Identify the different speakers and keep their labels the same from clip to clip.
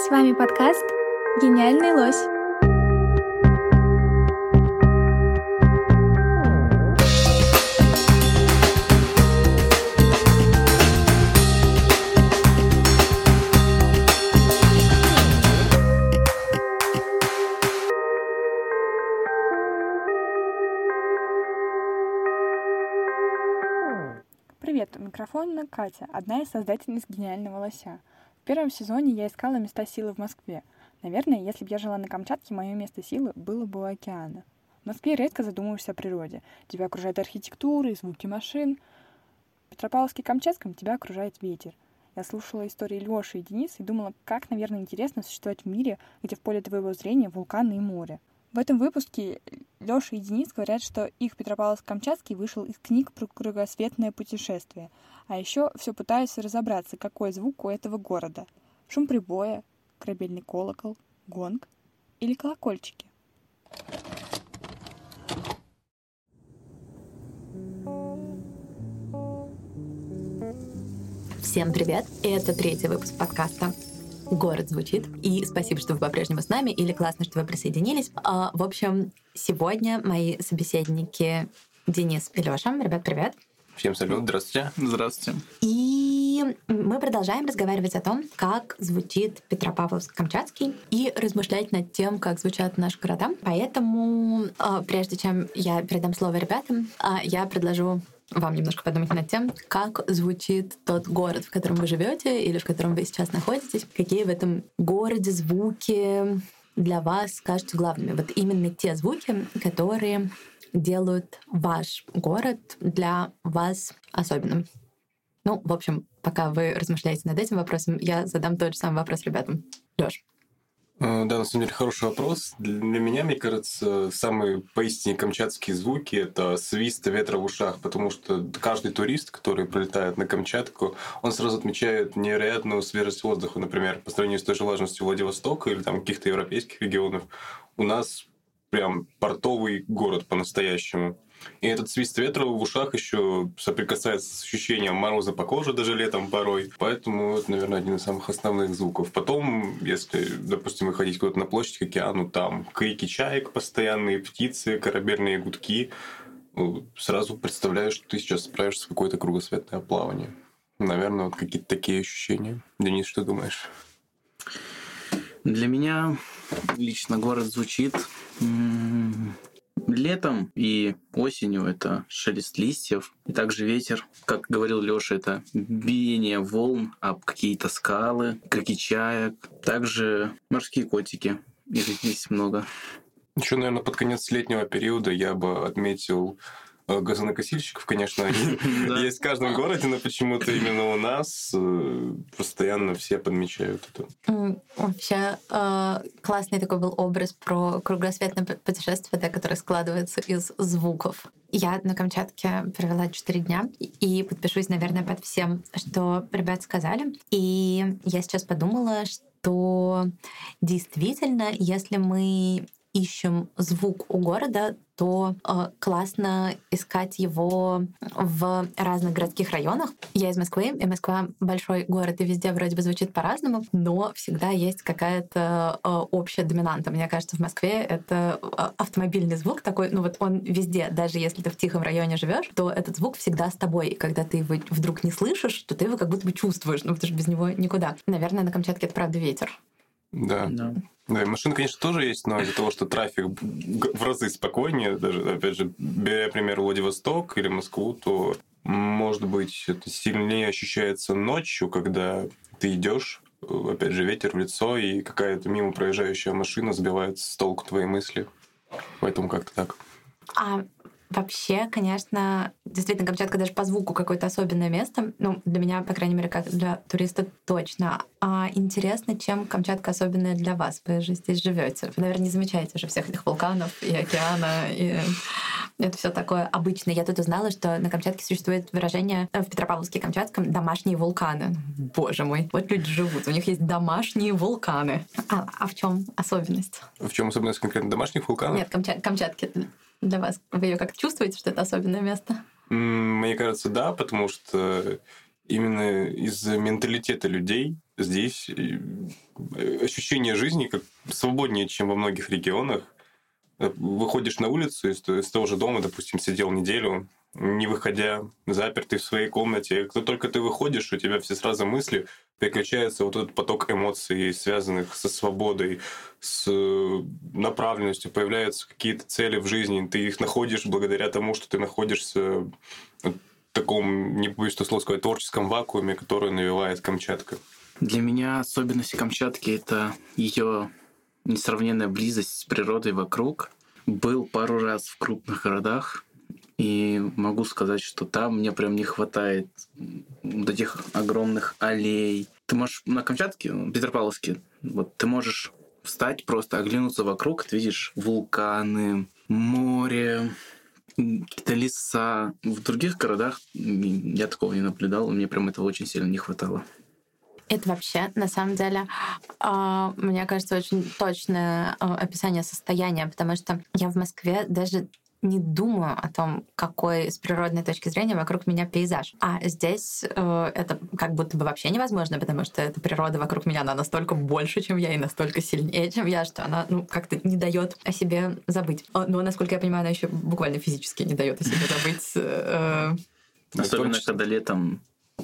Speaker 1: С вами подкаст «Гениальный лось».
Speaker 2: Привет, у микрофона Катя, одна из создательниц «Гениального лося». В первом сезоне я искала места силы в Москве. Наверное, если бы я жила на Камчатке, мое место силы было бы у океана. В Москве редко задумываешься о природе. Тебя окружает архитектура и звуки машин. В Петропавловске-Камчатском тебя окружает ветер. Я слушала истории Лёши и Дениса и думала, как, наверное, интересно существовать в мире, где в поле твоего зрения вулканы и море. В этом выпуске Лёша и Денис говорят, что их Петропавловск-Камчатский вышел из книг про кругосветное путешествие. А еще все пытаются разобраться, какой звук у этого города. Шум прибоя, корабельный колокол, гонг или колокольчики.
Speaker 3: Всем привет! Это 3-й выпуск подкаста «Город звучит». И спасибо, что вы по-прежнему с нами, или классно, что вы присоединились. В общем, сегодня мои собеседники Денис и Лёша. Ребят, привет!
Speaker 4: Всем салют, здравствуйте.
Speaker 5: Здравствуйте.
Speaker 3: И мы продолжаем разговаривать о том, как звучит Петропавловск-Камчатский, и размышлять над тем, как звучат наши города. Поэтому, прежде чем я передам слово ребятам, я предложу вам немножко подумать над тем, как звучит тот город, в котором вы живете или в котором вы сейчас находитесь. Какие в этом городе звуки для вас кажутся главными. Вот именно те звуки, которые делают ваш город для вас особенным. Ну, в общем, пока вы размышляете над этим вопросом, я задам тот же самый вопрос ребятам. Лёш.
Speaker 4: Да, на самом деле хороший вопрос. Для меня, мне кажется, самые поистине камчатские звуки — это свист ветра в ушах, потому что каждый турист, который прилетает на Камчатку, он сразу отмечает невероятную свежесть воздуха. Например, по сравнению с той же влажностью Владивостока или там каких-то европейских регионов, у нас прям портовый город по-настоящему. И этот свист ветра в ушах еще соприкасается с ощущением мороза по коже даже летом порой. Поэтому это, наверное, один из самых основных звуков. Потом, если, допустим, выходить куда-то на площадь к океану, там крики чаек постоянные, птицы, корабельные гудки. Сразу представляешь, что ты сейчас справишься в какое-то кругосветное плавание. Наверное, вот какие-то такие ощущения. Денис, что думаешь?
Speaker 5: Для меня лично город звучит летом и осенью. Это шелест листьев, и также ветер. Как говорил Лёша, это биение волн об какие-то скалы, крики чаек. Также морские котики. Их здесь много.
Speaker 4: Еще, наверное, под конец летнего периода я бы отметил газонокосильщиков, конечно, они есть в каждом городе, но почему-то именно у нас постоянно все подмечают это.
Speaker 3: Вообще классный такой был образ про кругосветное путешествие, да, которое складывается из звуков. Я на Камчатке провела 4 дня и подпишусь, наверное, под всем, что ребят сказали. И я сейчас подумала, что действительно, если мы ищем звук у города, то классно искать его в разных городских районах. Я из Москвы, и Москва большой город, и везде вроде бы звучит по-разному, но всегда есть какая-то общая доминанта. Мне кажется, в Москве это автомобильный звук такой, ну вот он везде, даже если ты в тихом районе живешь, то этот звук всегда с тобой. И когда ты его вдруг не слышишь, то ты его как будто бы чувствуешь, ну потому что без него никуда. Наверное, на Камчатке это правда ветер.
Speaker 4: Да. Да, и машин, конечно, тоже есть, но из-за того, что трафик в разы спокойнее, даже, опять же, беря пример Владивосток или Москву, то, может быть, это сильнее ощущается ночью, когда ты идешь, опять же, ветер в лицо, и какая-то мимо проезжающая машина сбивает с толку твои мысли. Поэтому как-то так.
Speaker 3: Вообще, конечно, действительно, Камчатка даже по звуку какое-то особенное место. Ну, для меня, по крайней мере, как для туриста точно. А интересно, чем Камчатка особенная для вас? Вы же здесь живете. Вы, наверное, не замечаете же всех этих вулканов и океана, и это все такое обычное. Я тут узнала, что на Камчатке существует выражение в Петропавловске-Камчатском «домашние вулканы». Боже мой, вот люди живут, у них есть домашние вулканы. А в чем особенность?
Speaker 4: В чем особенность конкретно домашних вулканов?
Speaker 3: Нет, Камчатки. Для вас? Вы ее как-то чувствуете, что это особенное место?
Speaker 4: Мне кажется, да, потому что именно из-за менталитета людей здесь ощущение жизни как свободнее, чем во многих регионах. Выходишь на улицу из того же дома, допустим, сидел неделю, не выходя, запертый в своей комнате. Как только ты выходишь, у тебя все сразу мысли, переключается вот этот поток эмоций, связанных со свободой, с направленностью, появляются какие-то цели в жизни, ты их находишь благодаря тому, что ты находишься в таком, не боюсь этого слова сказать, творческом вакууме, который навевает Камчатка.
Speaker 5: Для меня особенность Камчатки — это ее несравненная близость с природой вокруг. Был пару раз в крупных городах, и могу сказать, что там мне прям не хватает вот этих огромных аллей. Ты можешь на Камчатке, в Петропавловске, вот ты можешь встать, просто оглянуться вокруг, ты видишь вулканы, море, какие-то леса. В других городах я такого не наблюдал, и мне прям этого очень сильно не хватало.
Speaker 3: Это вообще, на самом деле, мне кажется, очень точное описание состояния, потому что я в Москве даже не думаю о том, какой с природной точки зрения вокруг меня пейзаж. А здесь это как будто бы вообще невозможно, потому что эта природа вокруг меня, она настолько больше, чем я, и настолько сильнее, чем я, что она как-то не дает о себе забыть. Но, насколько я понимаю, она еще буквально физически не дает о себе забыть.
Speaker 5: Особенно, когда летом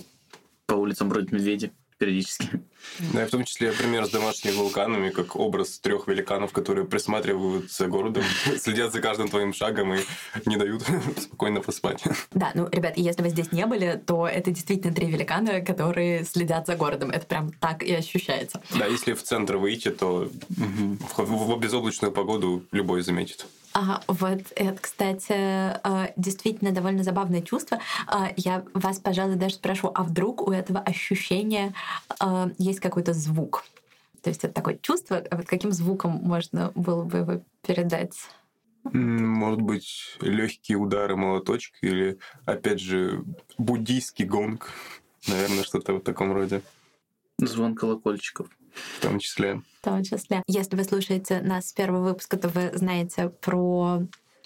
Speaker 5: по улицам бродят медведи периодически.
Speaker 4: Да, и в том числе пример с домашними вулканами, как образ 3 великанов, которые присматривают за городом, следят за каждым твоим шагом и не дают спокойно поспать.
Speaker 3: Да, ребят, если вы здесь не были, то это действительно 3 великана, которые следят за городом. Это прям так и ощущается.
Speaker 4: Да, если в центр выйти, то в безоблачную погоду любой заметит.
Speaker 3: Вот это, кстати, действительно довольно забавное чувство. Я вас, пожалуй, даже спрошу, а вдруг у этого ощущения есть какой-то звук? То есть это такое чувство, вот каким звуком можно было бы его передать?
Speaker 4: Может быть, легкие удары молоточка или, опять же, буддийский гонг. Наверное, что-то в таком роде.
Speaker 5: Звон колокольчиков.
Speaker 4: В том числе.
Speaker 3: В том числе. Если вы слушаете нас с первого выпуска, то вы знаете про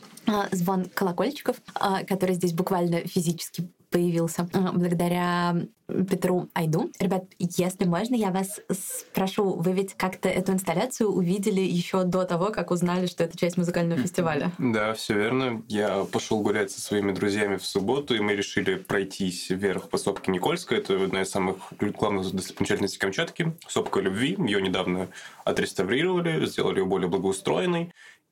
Speaker 3: звон колокольчиков, который здесь буквально физически появился благодаря Петру Айду. Ребят, если можно, я вас спрошу, вы ведь как-то эту инсталляцию увидели еще до того, как узнали, что это часть музыкального фестиваля?
Speaker 4: Да, все верно. Я пошел гулять со своими друзьями в субботу, и мы решили пройтись вверх по сопке Никольской. Это одна из самых главных достопримечательностей Камчатки. Сопка любви. Ее недавно отреставрировали, сделали ее более благоустроенной.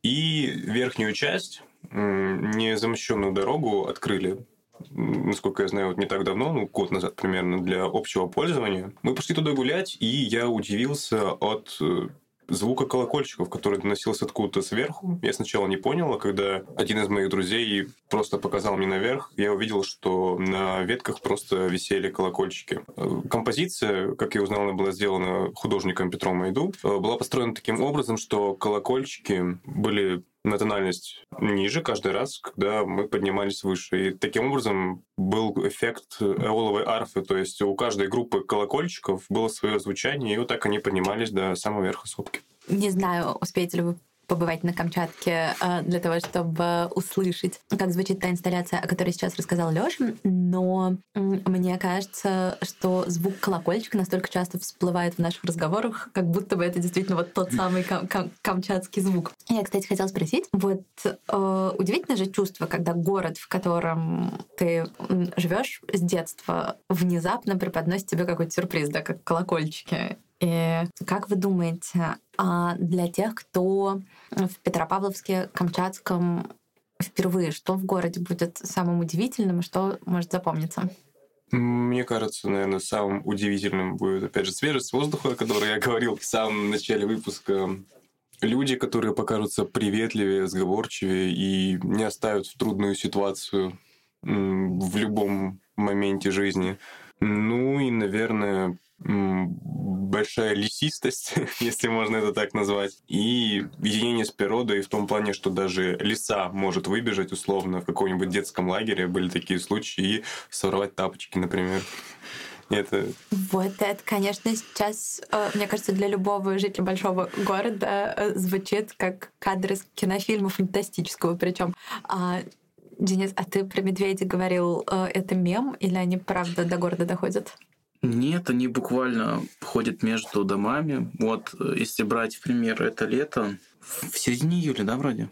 Speaker 4: И верхнюю часть, незамощенную дорогу, открыли, насколько я знаю, вот не так давно, год назад примерно, для общего пользования. Мы пошли туда гулять, и я удивился от звука колокольчиков, который доносился откуда-то сверху. Я сначала не понял, а когда один из моих друзей просто показал мне наверх, я увидел, что на ветках просто висели колокольчики. Композиция, как я узнал, она была сделана художником Петром Айду, была построена таким образом, что колокольчики были на тональность ниже каждый раз, когда мы поднимались выше. И таким образом был эффект эоловой арфы, то есть у каждой группы колокольчиков было свое звучание, и вот так они поднимались до самого верха сопки.
Speaker 3: Не знаю, успеете ли вы побывать на Камчатке для того, чтобы услышать, как звучит та инсталляция, о которой сейчас рассказал Лёша, но мне кажется, что звук колокольчика настолько часто всплывает в наших разговорах, как будто бы это действительно вот тот самый камчатский звук. Я, кстати, хотела спросить, вот удивительное же чувство, когда город, в котором ты живешь с детства, внезапно преподносит тебе какой-то сюрприз, да, как колокольчики. И как вы думаете, для тех, кто в Петропавловске, Камчатском впервые, что в городе будет самым удивительным и что может запомниться?
Speaker 4: Мне кажется, наверное, самым удивительным будет, опять же, свежесть воздуха, о которой я говорил в самом начале выпуска. Люди, которые покажутся приветливее, сговорчивее и не оставят в трудную ситуацию в любом моменте жизни. Ну и, наверное, большая лесистость, если можно это так назвать, и единение с природой в том плане, что даже лиса может выбежать условно в каком-нибудь детском лагере, были такие случаи, и сорвать тапочки, например. Это...
Speaker 3: Вот это, конечно, сейчас, мне кажется, для любого жителя большого города звучит как кадр из кинофильма фантастического, причем Денис, а ты про медведей говорил, это мем или они правда до города доходят?
Speaker 5: Нет, они буквально ходят между домами. Вот, если брать, в пример, это лето, в середине июля, да, вроде?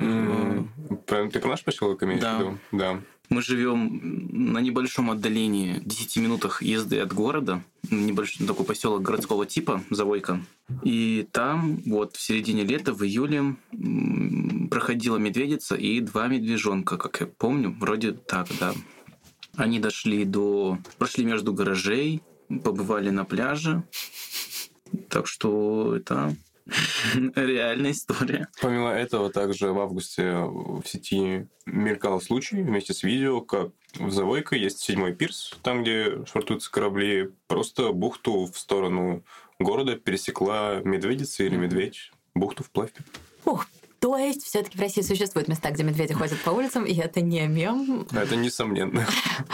Speaker 4: Прям ты про наш поселок имеешь в виду? Да.
Speaker 5: Мы живем на небольшом отдалении, 10 минутах езды от города, небольшой такой поселок городского типа, Завойка. И там вот в середине лета, в июле, проходила медведица и 2 медвежонка, как я помню, вроде так, да. Они прошли между гаражей, побывали на пляже. Так что это реальная история.
Speaker 4: Помимо этого, также в августе в сети мелькал случай вместе с видео, как в Завойко есть 7-й пирс, там, где швартуются корабли. Просто бухту в сторону города пересекла медведица или медведь. Бухту вплавь.
Speaker 3: Ух, то есть все-таки в России существуют места, где медведи ходят по улицам, и это не мем.
Speaker 4: Это несомненно.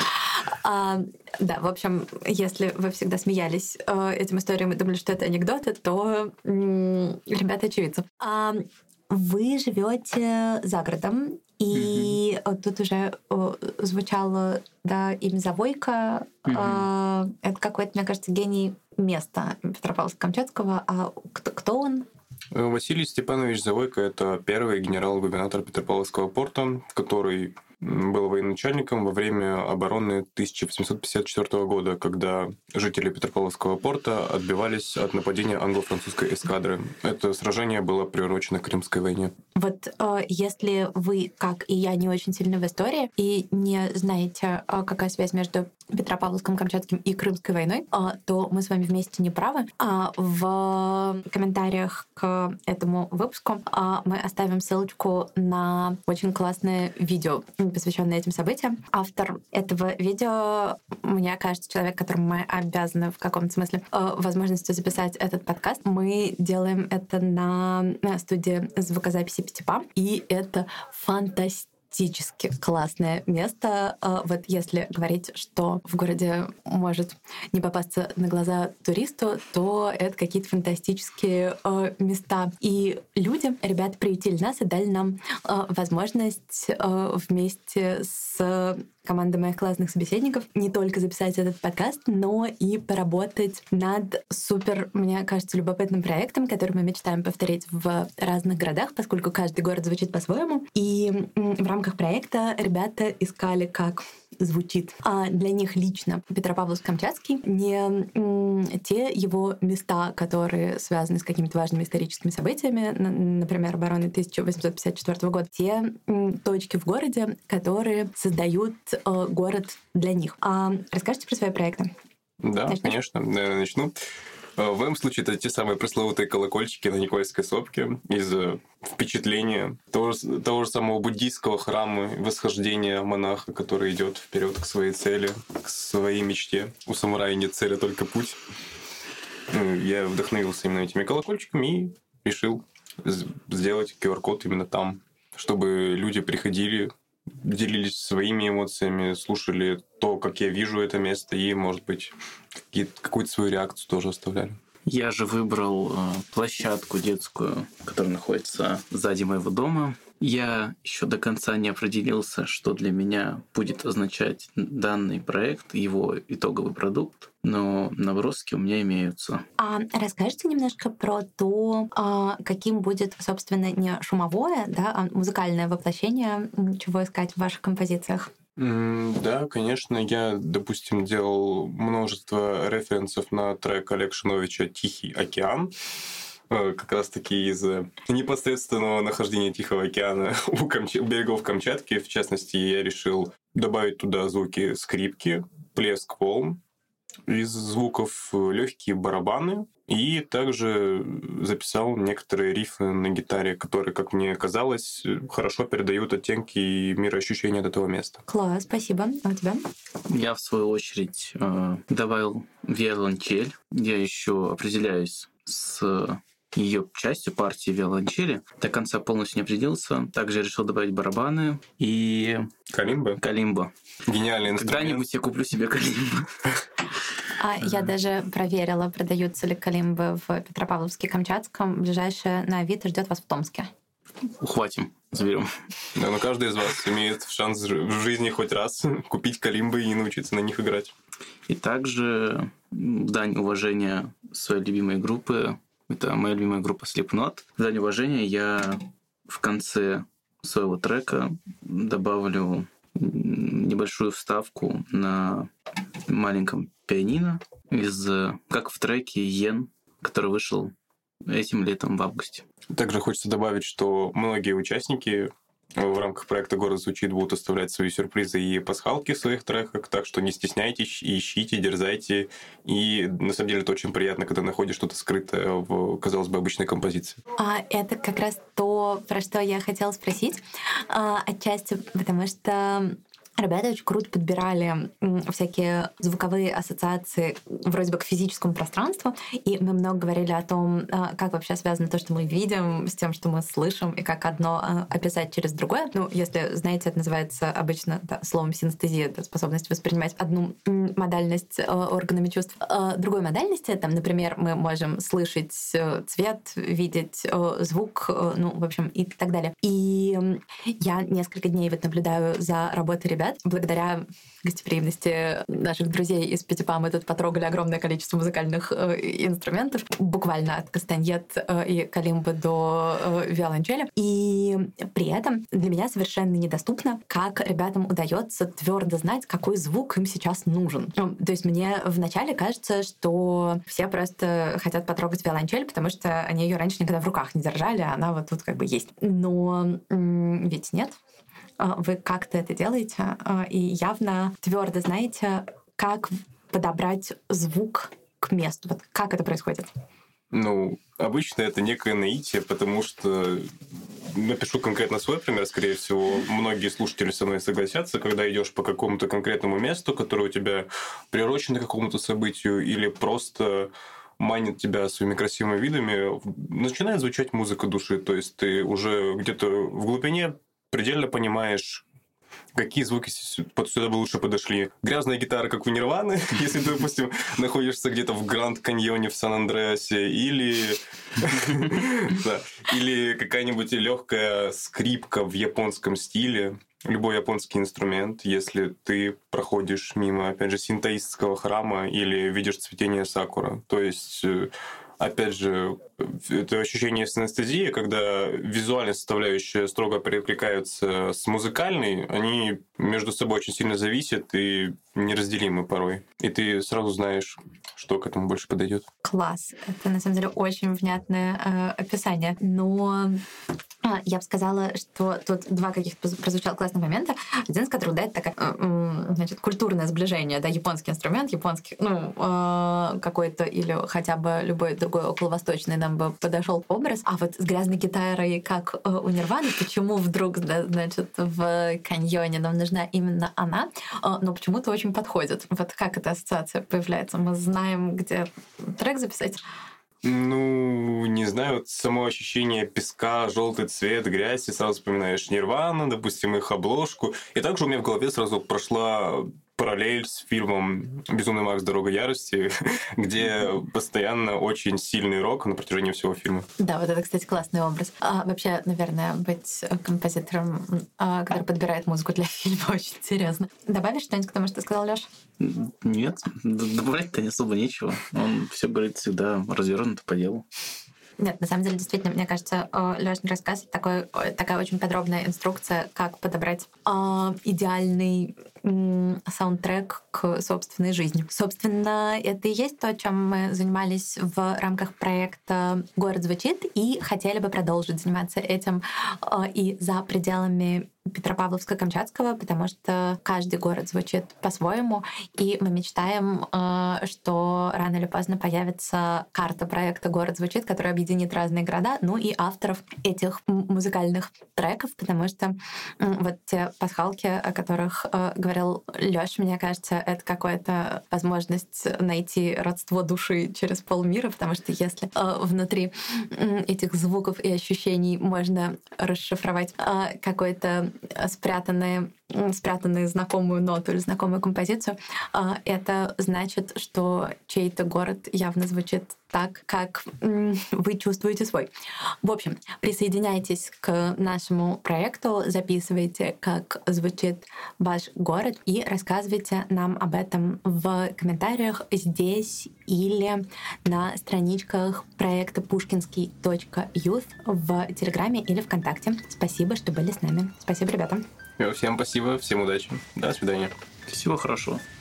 Speaker 3: Да, в общем, если вы всегда смеялись этим историям и думали, что это анекдоты, то, ребята, очевидцы. Вы живете за городом, и тут уже звучало, да, имя Завойка. Это какой-то, мне кажется, гений места Петропавловска-Камчатского. А кто он?
Speaker 4: Василий Степанович Завойко – это первый генерал-губернатор Петропавловского порта, который был военачальником во время обороны 1854 года, когда жители Петропавловского порта отбивались от нападения англо-французской эскадры. Это сражение было приурочено к Крымской войне.
Speaker 3: Вот если вы, как и я, не очень сильны в истории и не знаете, какая связь между Петропавловском, Камчатским и Крымской войной, то мы с вами вместе не правы. В комментариях к этому выпуску мы оставим ссылочку на очень классное видео, посвященное этим событиям. Автор этого видео, мне кажется, человек, которому мы обязаны в каком-то смысле возможностью записать этот подкаст. Мы делаем это на студии звукозаписи Птипа, и это фантастически классное место. Вот если говорить, что в городе может не попасться на глаза туристу, то это какие-то фантастические места. И люди, ребята, приютили нас и дали нам возможность вместе с командой моих классных собеседников не только записать этот подкаст, но и поработать над супер, мне кажется, любопытным проектом, который мы мечтаем повторить в разных городах, поскольку каждый город звучит по-своему. И в рамках проекта ребята искали, как звучит для них лично Петропавловск-Камчатский, не те его места, которые связаны с какими-то важными историческими событиями, например, обороны 1854 года, те точки в городе, которые создают город для них. Расскажите про свои проекты.
Speaker 4: Да,
Speaker 3: Начнешь?
Speaker 4: конечно, наверное, начну. В моем случае это те самые пресловутые колокольчики на Никольской сопке из впечатления того же самого буддийского храма, восхождения монаха, который идет вперед к своей цели, к своей мечте. У самурая нет цели, только путь. Я вдохновился именно этими колокольчиками и решил сделать QR-код именно там, чтобы люди приходили, делились своими эмоциями, слушали то, как я вижу это место, и, может быть, какую-то свою реакцию тоже оставляли.
Speaker 5: Я же выбрал площадку детскую, которая находится сзади моего дома. Я еще до конца не определился, что для меня будет означать данный проект, его итоговый продукт, но наброски у меня имеются.
Speaker 3: Расскажите немножко про то, каким будет, собственно, не шумовое, да, а музыкальное воплощение, чего искать в ваших композициях.
Speaker 4: Да, конечно, я, допустим, делал множество референсов на трек Олега Шановича «Тихий океан», как раз-таки из непосредственного нахождения Тихого океана у берегов Камчатки. В частности, я решил добавить туда звуки скрипки, плеск волн, из звуков легкие барабаны, и также записал некоторые рифы на гитаре, которые, как мне казалось, хорошо передают оттенки и мироощущения от этого места.
Speaker 3: Класс, спасибо. А у тебя?
Speaker 5: Я, в свою очередь, добавил виолончель. Я еще определяюсь с ее частью партии виолончели. До конца полностью не определился. Также я решил добавить барабаны и... Калимба.
Speaker 4: Гениальный инструмент.
Speaker 5: Когда-нибудь я куплю себе калимбу.
Speaker 3: Я даже проверила, продаются ли калимбы в Петропавловске-Камчатском. Ближайшая на Авито ждет вас в Томске.
Speaker 5: Ухватим. заберем.
Speaker 4: Да, но каждый из вас имеет шанс в жизни хоть раз купить калимбы и научиться на них играть.
Speaker 5: И также в дань уважения своей любимой группы, это моя любимая группа Slipknot, в дань уважения я в конце своего трека добавлю небольшую вставку на маленьком пианино как в треке «Йен», который вышел этим летом в августе.
Speaker 4: Также хочется добавить, что многие участники в рамках проекта «Город звучит» будут оставлять свои сюрпризы и пасхалки в своих треках, так что не стесняйтесь, ищите, дерзайте. И на самом деле это очень приятно, когда находишь что-то скрытое в, казалось бы, обычной композиции.
Speaker 3: Это как раз то, про что я хотела спросить. Отчасти потому что ребята очень круто подбирали всякие звуковые ассоциации вроде бы к физическому пространству, и мы много говорили о том, как вообще связано то, что мы видим, с тем, что мы слышим, и как одно описать через другое. Ну, если знаете, это называется обычно словом синестезия, это способность воспринимать одну модальность органами чувств другой модальности. Там, например, мы можем слышать цвет, видеть звук, ну, в общем, и так далее. И я несколько дней вот наблюдаю за работой ребят. Благодаря гостеприимности наших друзей из Пятипа мы тут потрогали огромное количество музыкальных инструментов, буквально от кастаньет и калимбы до виолончели. И при этом для меня совершенно недоступно, как ребятам удается твердо знать, какой звук им сейчас нужен. То есть мне вначале кажется, что все просто хотят потрогать виолончель, потому что они ее раньше никогда в руках не держали, а она вот тут как бы есть. Но ведь нет. Вы как-то это делаете, и явно твердо знаете, как подобрать звук к месту. Вот как это происходит?
Speaker 4: Ну, обычно это некое наитие, потому что напишу конкретно свой пример, скорее всего, многие слушатели со мной согласятся, когда идешь по какому-то конкретному месту, которое у тебя прирочено к какому-то событию, или просто манит тебя своими красивыми видами, начинает звучать музыка души. То есть ты уже где-то в глубине предельно понимаешь, какие звуки сюда бы лучше подошли. Грязная гитара, как у Нирваны, если ты, допустим, находишься где-то в Гранд-Каньоне в Сан-Андреасе, или какая-нибудь легкая скрипка в японском стиле, любой японский инструмент, если ты проходишь мимо, опять же, синтоистского храма или видишь цветение сакура. То есть опять же, это ощущение синестезии, когда визуальная составляющая строго перекликаются с музыкальной, они между собой очень сильно зависят и неразделимы порой. И ты сразу знаешь, что к этому больше подойдет.
Speaker 3: Класс. Это, на самом деле, очень внятное описание. Но я бы сказала, что тут два каких-то прозвучало классных момента. Один из которых, да, это такое, значит, культурное сближение, да, японский инструмент, японский, какой-то или хотя бы любой другой околовосточный нам бы подошел образ. А вот с грязной гитарой, как у Нирваны, почему вдруг, да, значит, в каньоне нам нужна именно она, но почему-то очень подходит. Вот как эта ассоциация появляется? Мы знаем, где трек записать.
Speaker 4: Ну, не знаю, вот само ощущение песка, желтый цвет, грязь, и сразу вспоминаешь Нирвану, допустим, их обложку. И также у меня в голове сразу прошла параллель с фильмом «Безумный Макс. Дорога ярости», где постоянно очень сильный рок на протяжении всего фильма.
Speaker 3: Да, вот это, кстати, классный образ. Вообще, наверное, быть композитором, который подбирает музыку для фильма, очень интересно. Добавишь что-нибудь к тому, что ты сказал, Лёш?
Speaker 5: Нет, добавлять-то не особо нечего. Он все говорит всегда развернуто по делу.
Speaker 3: Нет, на самом деле, действительно, мне кажется, Лёшин рассказ — такая очень подробная инструкция, как подобрать идеальный саундтрек к собственной жизни. Собственно, это и есть то, чем мы занимались в рамках проекта «Город звучит», и хотели бы продолжить заниматься этим и за пределами Петропавловска-Камчатского, потому что каждый город звучит по-своему, и мы мечтаем, что рано или поздно появится карта проекта «Город звучит», которая объединит разные города, ну и авторов этих музыкальных треков, потому что вот те пасхалки, о которых говорил Лёш, мне кажется, это какая-то возможность найти родство души через полмира, потому что если внутри этих звуков и ощущений можно расшифровать какое-то спрятанное спрятанную знакомую ноту или знакомую композицию, это значит, что чей-то город явно звучит так, как вы чувствуете свой. В общем, присоединяйтесь к нашему проекту, записывайте, как звучит ваш город, и рассказывайте нам об этом в комментариях здесь или на страничках проекта pushkinsky.youth в Телеграме или ВКонтакте. Спасибо, что были с нами. Спасибо, ребята.
Speaker 4: Всем спасибо, всем удачи. До свидания.
Speaker 5: Всего хорошего.